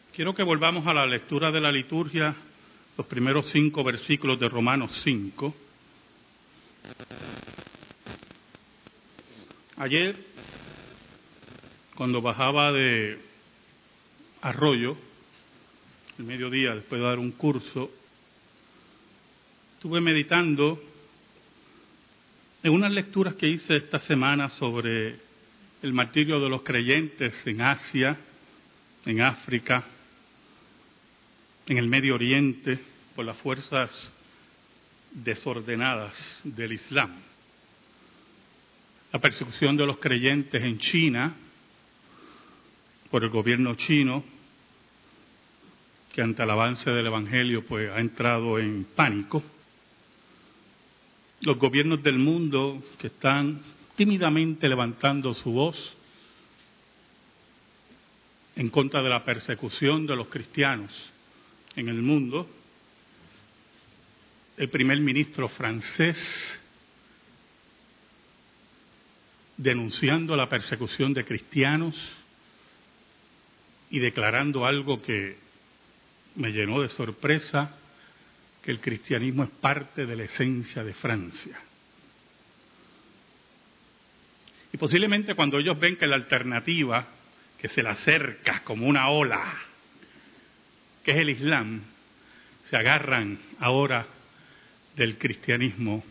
Quiero que volvamos a la lectura de la liturgia, los primeros 5 versículos de Romanos 5. Ayer, cuando bajaba de Arroyo, el mediodía, después de dar un curso, estuve meditando en unas lecturas que hice esta semana sobre el martirio de los creyentes en Asia, en África, en el Medio Oriente, por las fuerzas desordenadas del Islam. La persecución de los creyentes en China, por el gobierno chino, que ante el avance del Evangelio pues ha entrado en pánico. Los gobiernos del mundo que están tímidamente levantando su voz en contra de la persecución de los cristianos en el mundo. El primer ministro francés denunciando la persecución de cristianos y declarando algo que me llenó de sorpresa, que el cristianismo es parte de la esencia de Francia. Y posiblemente cuando ellos ven que la alternativa que se le acerca como una ola, que es el Islam, se agarran ahora del cristianismo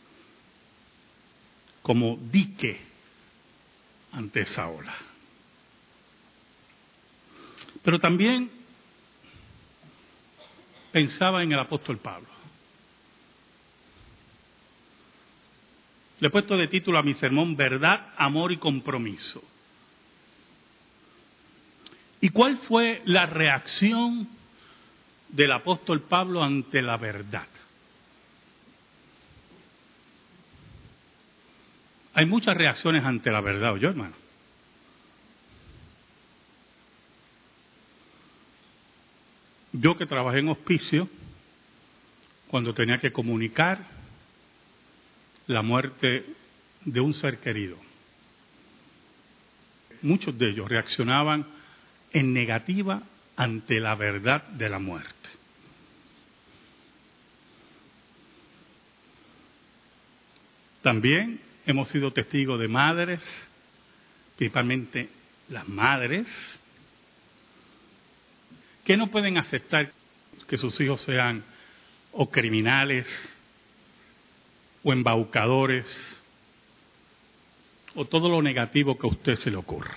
como dique ante esa ola. Pero también pensaba en el apóstol Pablo. Le he puesto de título a mi sermón Verdad, Amor y Compromiso. ¿Y cuál fue la reacción del apóstol Pablo ante la verdad? Hay muchas reacciones ante la verdad, ¿oyó, hermano? Yo que trabajé en hospicio, cuando tenía que comunicar la muerte de un ser querido, muchos de ellos reaccionaban en negativa ante la verdad de la muerte. También hemos sido testigos de madres, principalmente las madres, que no pueden aceptar que sus hijos sean o criminales, o embaucadores, o todo lo negativo que a usted se le ocurra.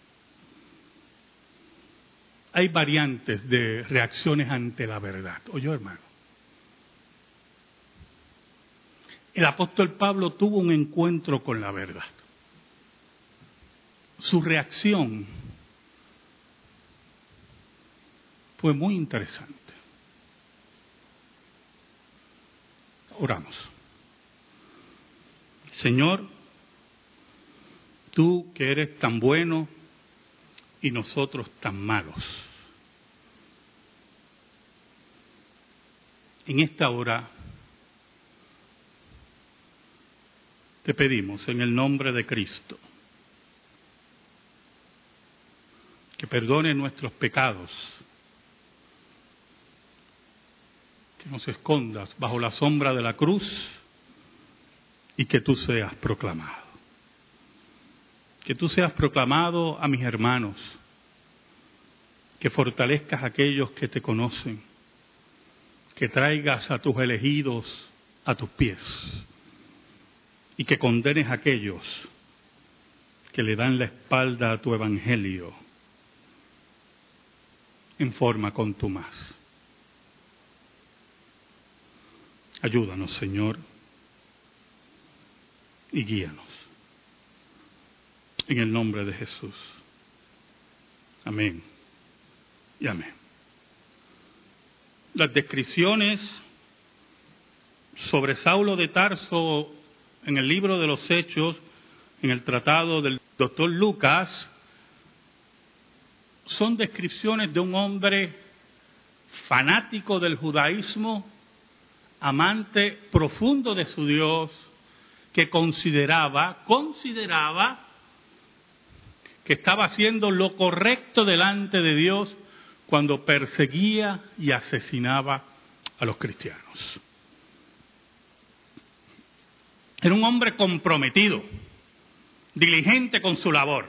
Hay variantes de reacciones ante la verdad. ¿Oyó, hermano? El apóstol Pablo tuvo un encuentro con la verdad. Su reacción fue muy interesante. Oramos. Señor, tú que eres tan bueno y nosotros tan malos, en esta hora te pedimos en el nombre de Cristo que perdone nuestros pecados, que nos escondas bajo la sombra de la cruz y que tú seas proclamado. Que tú seas proclamado a mis hermanos, que fortalezcas a aquellos que te conocen, que traigas a tus elegidos a tus pies y que condenes a aquellos que le dan la espalda a tu evangelio en forma contumaz. Ayúdanos, Señor, y guíanos. En el nombre de Jesús. Amén y amén. Las descripciones sobre Saulo de Tarso en el libro de los Hechos, en el tratado del doctor Lucas, son descripciones de un hombre fanático del judaísmo, amante profundo de su Dios, que consideraba que estaba haciendo lo correcto delante de Dios cuando perseguía y asesinaba a los cristianos. Era un hombre comprometido, diligente con su labor.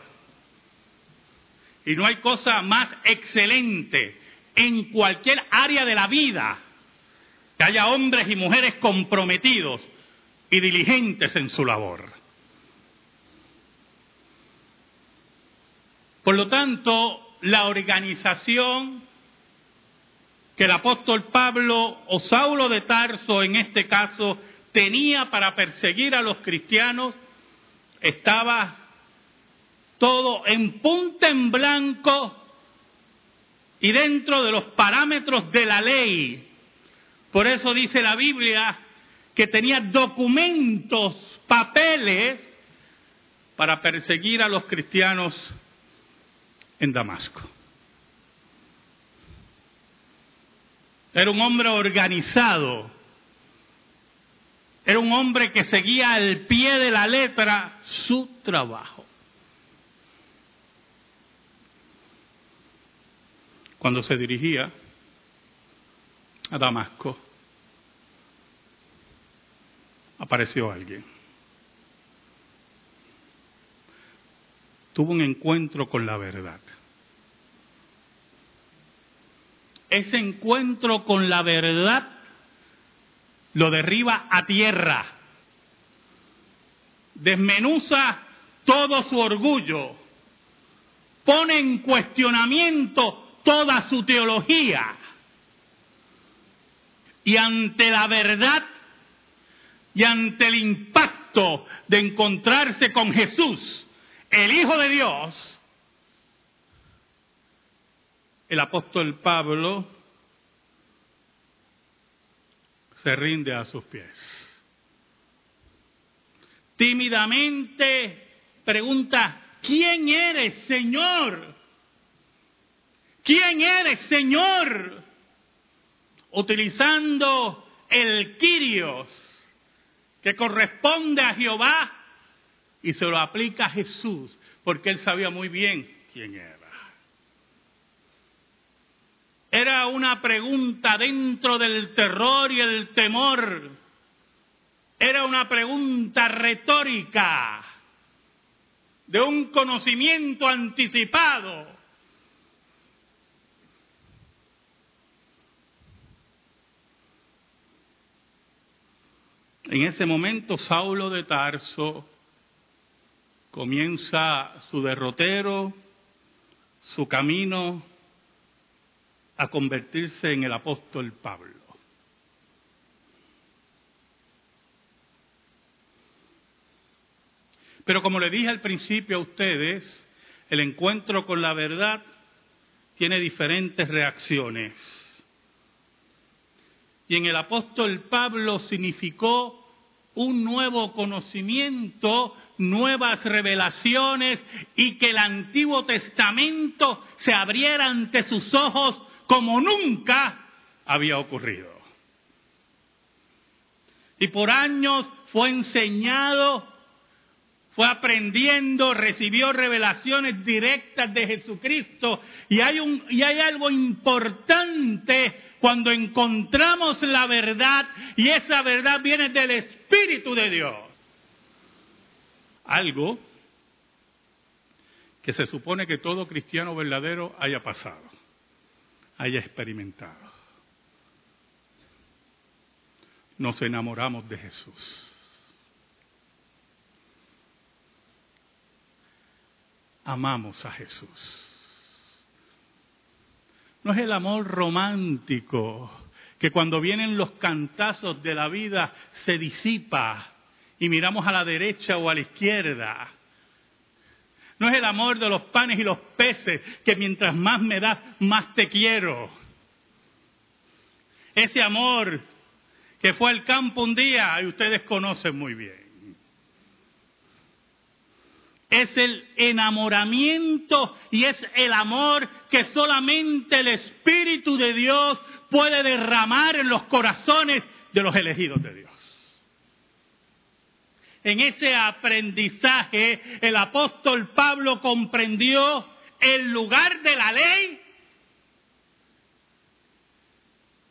Y no hay cosa más excelente en cualquier área de la vida que haya hombres y mujeres comprometidos y diligentes en su labor. Por lo tanto, la organización que el apóstol Pablo o Saulo de Tarso en este caso tenía para perseguir a los cristianos estaba todo en punta en blanco y dentro de los parámetros de la ley. Por eso dice la Biblia que tenía documentos, papeles para perseguir a los cristianos en Damasco. Era un hombre organizado, era un hombre que seguía al pie de la letra su trabajo. Cuando se dirigía a Damasco, apareció alguien. Tuvo un encuentro con la verdad. Ese encuentro con la verdad lo derriba a tierra, desmenuza todo su orgullo, pone en cuestionamiento toda su teología y ante la verdad y ante el impacto de encontrarse con Jesús, el Hijo de Dios, el apóstol Pablo se rinde a sus pies. Tímidamente pregunta: ¿quién eres, Señor? ¿Quién eres, Señor? Utilizando el Kyrios, que corresponde a Jehová, y se lo aplica a Jesús, porque él sabía muy bien quién era. Era una pregunta dentro del terror y el temor. Era una pregunta retórica, de un conocimiento anticipado. En ese momento, Saulo de Tarso comienza su derrotero, su camino a convertirse en el apóstol Pablo. Pero como le dije al principio a ustedes, el encuentro con la verdad tiene diferentes reacciones. Y en el apóstol Pablo significó un nuevo conocimiento, nuevas revelaciones, y que el Antiguo Testamento se abriera ante sus ojos como nunca había ocurrido. Y por años fue enseñado, fue aprendiendo, recibió revelaciones directas de Jesucristo. Y hay algo importante cuando encontramos la verdad, y esa verdad viene del Espíritu de Dios. Algo que se supone que todo cristiano verdadero haya pasado, haya experimentado. Nos enamoramos de Jesús. Amamos a Jesús. No es el amor romántico que cuando vienen los cantazos de la vida se disipa y miramos a la derecha o a la izquierda. No es el amor de los panes y los peces que mientras más me das, más te quiero. Ese amor que fue al campo un día y ustedes conocen muy bien. Es el enamoramiento y es el amor que solamente el Espíritu de Dios puede derramar en los corazones de los elegidos de Dios. En ese aprendizaje, el apóstol Pablo comprendió el lugar de la ley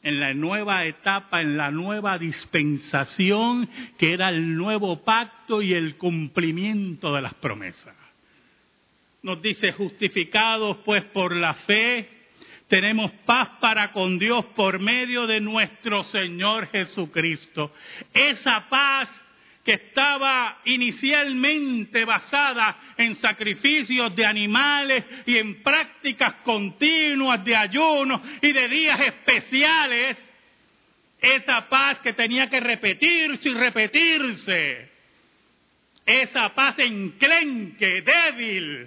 en la nueva etapa, en la nueva dispensación, que era el nuevo pacto y el cumplimiento de las promesas. Nos dice, justificados pues por la fe, tenemos paz para con Dios por medio de nuestro Señor Jesucristo. Esa paz que estaba inicialmente basada en sacrificios de animales y en prácticas continuas de ayuno y de días especiales, esa paz que tenía que repetirse y repetirse, esa paz enclenque, débil,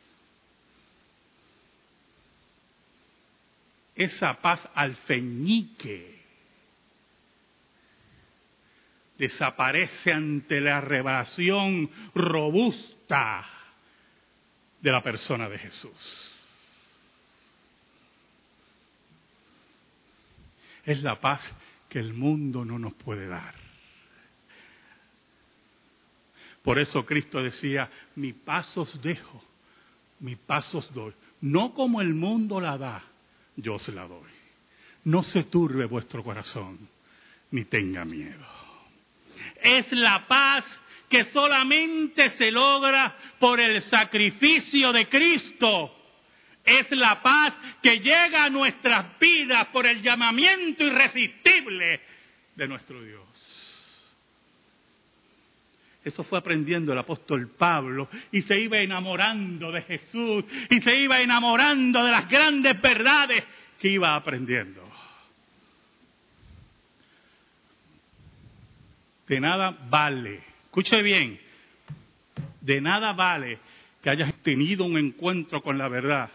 esa paz alfeñique, desaparece ante la revelación robusta de la persona de Jesús. Es la paz que el mundo no nos puede dar. Por eso Cristo decía, mi paz os dejo, mi paz os doy. No como el mundo la da, yo os la doy. No se turbe vuestro corazón, ni tenga miedo. Es la paz que solamente se logra por el sacrificio de Cristo. Es la paz que llega a nuestras vidas por el llamamiento irresistible de nuestro Dios. Eso fue aprendiendo el apóstol Pablo y se iba enamorando de Jesús y se iba enamorando de las grandes verdades que iba aprendiendo. De nada vale, escuche bien, de nada vale que hayas tenido un encuentro con la verdad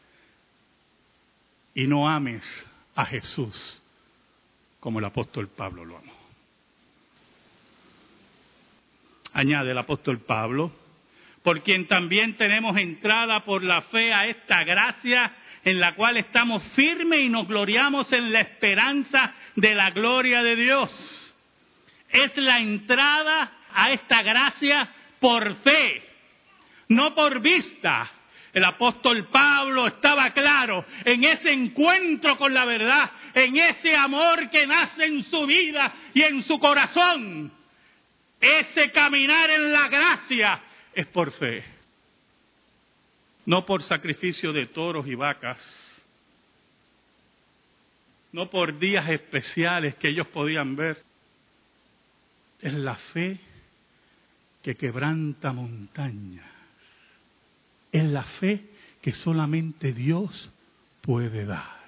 y no ames a Jesús como el apóstol Pablo lo amó. Añade el apóstol Pablo, por quien también tenemos entrada por la fe a esta gracia en la cual estamos firmes y nos gloriamos en la esperanza de la gloria de Dios. Es la entrada a esta gracia por fe, no por vista. El apóstol Pablo estaba claro en ese encuentro con la verdad, en ese amor que nace en su vida y en su corazón. Ese caminar en la gracia es por fe, no por sacrificio de toros y vacas, no por días especiales que ellos podían ver. Es la fe que quebranta montañas. Es la fe que solamente Dios puede dar.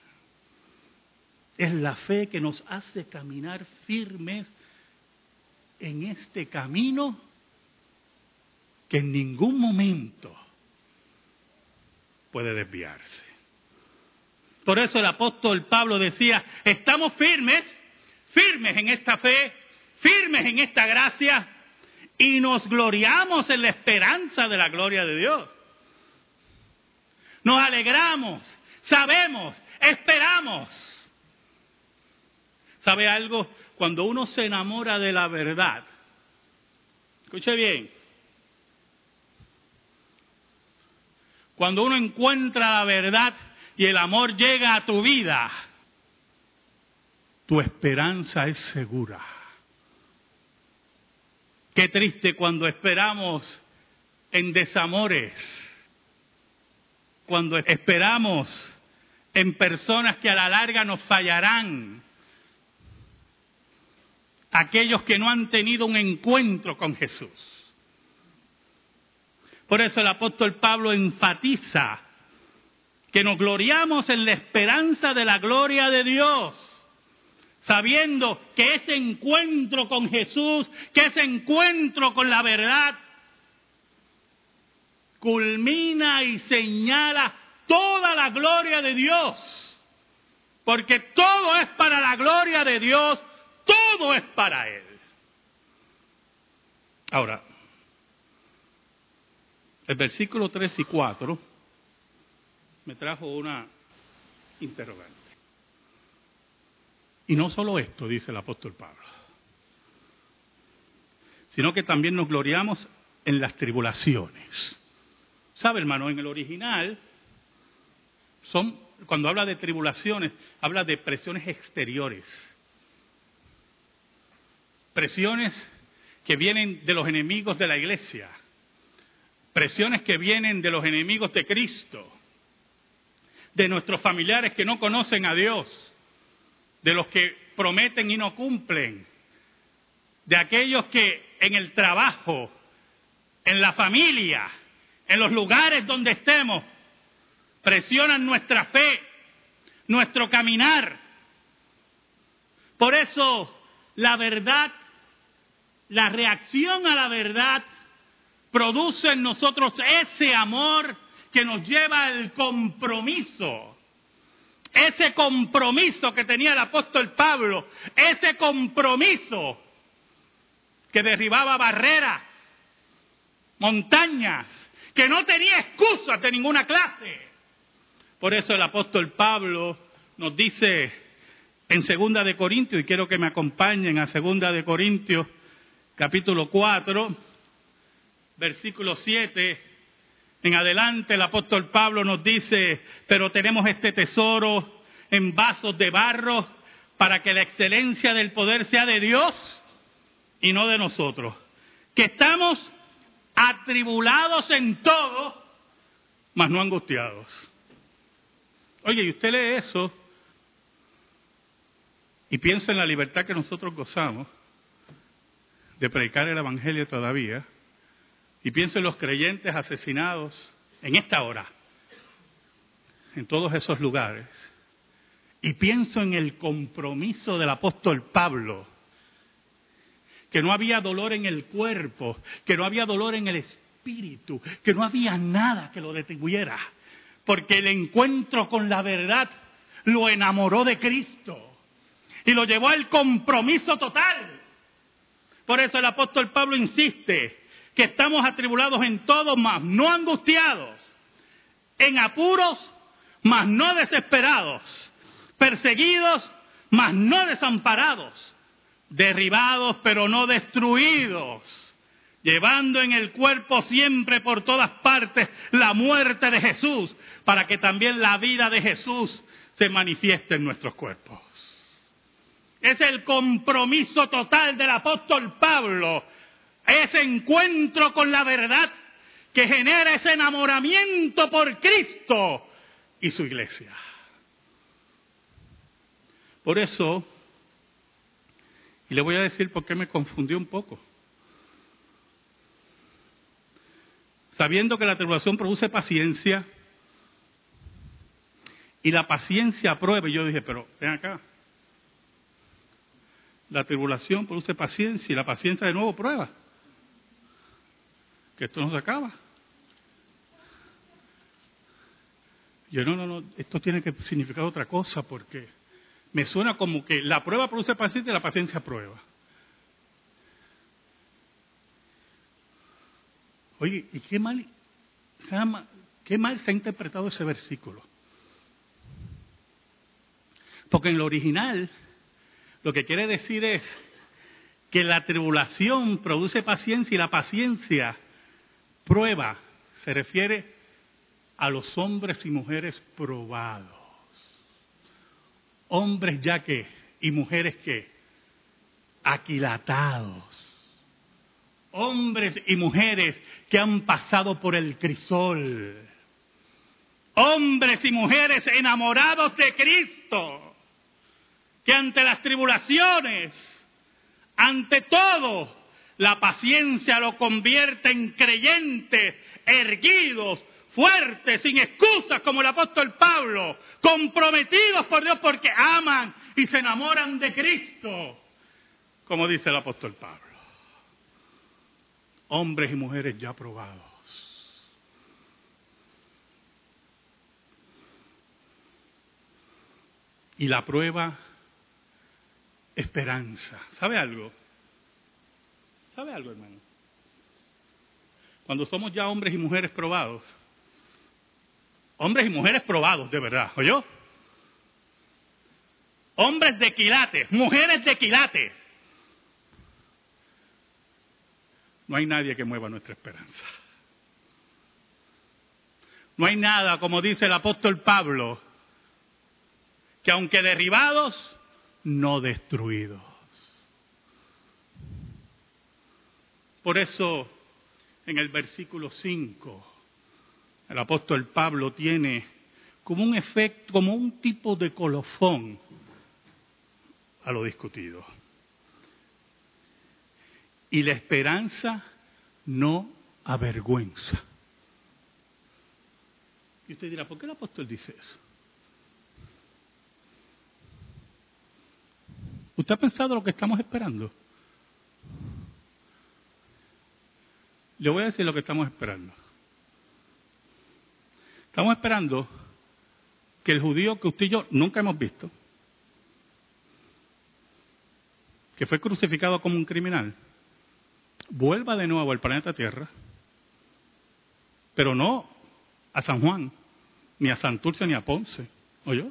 Es la fe que nos hace caminar firmes en este camino que en ningún momento puede desviarse. Por eso el apóstol Pablo decía, estamos firmes en esta fe, firmes en esta gracia, y nos gloriamos en la esperanza de la gloria de Dios. Nos alegramos, sabemos, esperamos. ¿Sabe algo? Cuando uno se enamora de la verdad, escuche bien, cuando uno encuentra la verdad y el amor llega a tu vida, tu esperanza es segura. Qué triste cuando esperamos en desamores, cuando esperamos en personas que a la larga nos fallarán, aquellos que no han tenido un encuentro con Jesús. Por eso el apóstol Pablo enfatiza que nos gloriamos en la esperanza de la gloria de Dios, sabiendo que ese encuentro con Jesús, que ese encuentro con la verdad, culmina y señala toda la gloria de Dios. Porque todo es para la gloria de Dios, todo es para Él. Ahora, el versículo 3 y 4 me trajo una interrogante. Y no solo esto, dice el apóstol Pablo, sino que también nos gloriamos en las tribulaciones. ¿Sabe, hermano? En el original son cuando habla de tribulaciones, habla de presiones exteriores. Presiones que vienen de los enemigos de la iglesia. Presiones que vienen de los enemigos de Cristo. De nuestros familiares que no conocen a Dios. De los que prometen y no cumplen. De aquellos que en el trabajo, en la familia, en los lugares donde estemos, presionan nuestra fe, nuestro caminar. Por eso, la verdad, la reacción a la verdad, produce en nosotros ese amor que nos lleva al compromiso. Ese compromiso que tenía el apóstol Pablo, ese compromiso que derribaba barreras, montañas, que no tenía excusas de ninguna clase. Por eso el apóstol Pablo nos dice en 2 de Corintios, y quiero que me acompañen a 2 de Corintios, capítulo 4, versículo 7, en adelante el apóstol Pablo nos dice, pero tenemos este tesoro en vasos de barro para que la excelencia del poder sea de Dios y no de nosotros, que estamos atribulados en todo, mas no angustiados. Oye, y usted lee eso y piensa en la libertad que nosotros gozamos de predicar el evangelio todavía, y piensa en los creyentes asesinados en esta hora, en todos esos lugares, y pienso en el compromiso del apóstol Pablo, que no había dolor en el cuerpo, que no había dolor en el espíritu, que no había nada que lo detuviera, porque el encuentro con la verdad lo enamoró de Cristo y lo llevó al compromiso total. Por eso el apóstol Pablo insiste que estamos atribulados en todo, mas no angustiados, en apuros, mas no desesperados, perseguidos, mas no desamparados, derribados pero no destruidos, llevando en el cuerpo siempre por todas partes la muerte de Jesús, para que también la vida de Jesús se manifieste en nuestros cuerpos. Es el compromiso total del apóstol Pablo, ese encuentro con la verdad que genera ese enamoramiento por Cristo y su iglesia. Por eso, y le voy a decir por qué me confundió un poco. Sabiendo que la tribulación produce paciencia, y la paciencia prueba, y yo dije, pero ven acá. La tribulación produce paciencia y la paciencia de nuevo prueba. Que esto no se acaba. Yo no, esto tiene que significar otra cosa porque me suena como que la prueba produce paciencia y la paciencia prueba. Oye, ¿y qué mal se ha interpretado ese versículo? Porque en lo original lo que quiere decir es que la tribulación produce paciencia y la paciencia prueba. Se refiere a los hombres y mujeres probados. Hombres ya que, y mujeres que, aquilatados. Hombres y mujeres que han pasado por el crisol. Hombres y mujeres enamorados de Cristo. Que ante las tribulaciones, ante todo, la paciencia lo convierte en creyentes, erguidos, fuertes, sin excusas, como el apóstol Pablo, comprometidos por Dios porque aman y se enamoran de Cristo, como dice el apóstol Pablo. Hombres y mujeres ya probados. Y la prueba, esperanza. ¿Sabe algo? ¿Sabe algo, hermano? Cuando somos ya hombres y mujeres probados, hombres y mujeres probados de verdad, ¿oyó? Hombres de quilates, mujeres de quilates. No hay nadie que mueva nuestra esperanza. No hay nada, como dice el apóstol Pablo, que aunque derribados, no destruidos. Por eso, en el versículo 5, el apóstol Pablo tiene como un efecto, como un tipo de colofón a lo discutido. Y la esperanza no avergüenza. Y usted dirá, ¿por qué el apóstol dice eso? ¿Usted ha pensado lo que estamos esperando? Le voy a decir lo que estamos esperando. Estamos esperando que el judío que usted y yo nunca hemos visto, que fue crucificado como un criminal, vuelva de nuevo al planeta Tierra, pero no a San Juan, ni a Santurce, ni a Ponce, ¿oyó?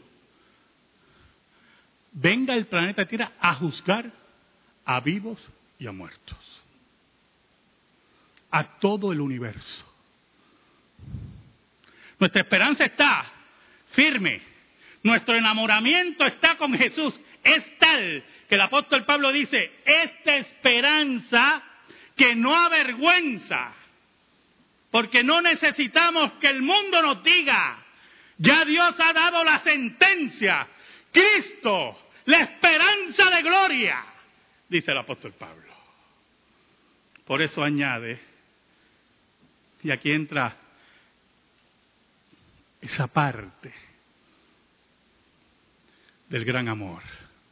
Venga el planeta Tierra a juzgar a vivos y a muertos, a todo el universo. Nuestra esperanza está firme, nuestro enamoramiento está con Jesús, es tal que el apóstol Pablo dice, esta esperanza que no avergüenza, porque no necesitamos que el mundo nos diga, ya Dios ha dado la sentencia, Cristo, la esperanza de gloria, dice el apóstol Pablo. Por eso añade, y aquí entra esa parte del gran amor,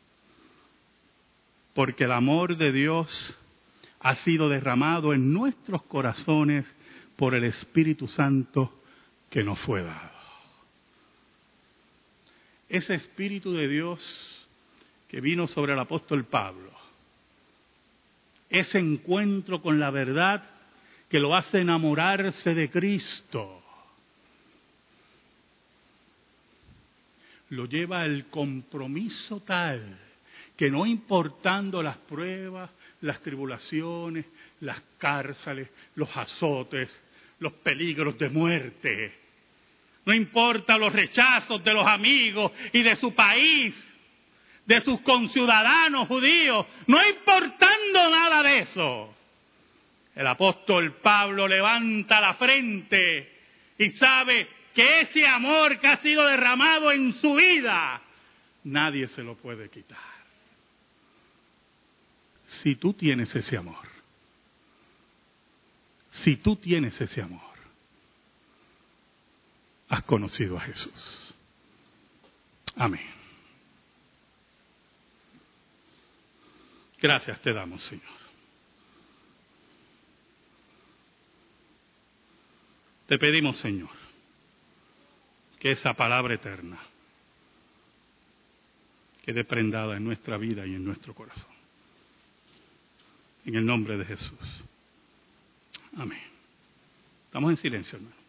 porque el amor de Dios ha sido derramado en nuestros corazones por el Espíritu Santo que nos fue dado. Ese Espíritu de Dios que vino sobre el apóstol Pablo, ese encuentro con la verdad que lo hace enamorarse de Cristo, lo lleva al compromiso tal que no importando las pruebas, las tribulaciones, las cárceles, los azotes, los peligros de muerte, no importa los rechazos de los amigos y de su país, de sus conciudadanos judíos, no importando nada de eso, el apóstol Pablo levanta la frente y sabe que ese amor que ha sido derramado en su vida, nadie se lo puede quitar. Si tú tienes ese amor, si tú tienes ese amor, has conocido a Jesús. Amén. Gracias te damos, Señor. Te pedimos, Señor, que esa palabra eterna quede prendada en nuestra vida y en nuestro corazón. En el nombre de Jesús. Amén. Estamos en silencio, hermano.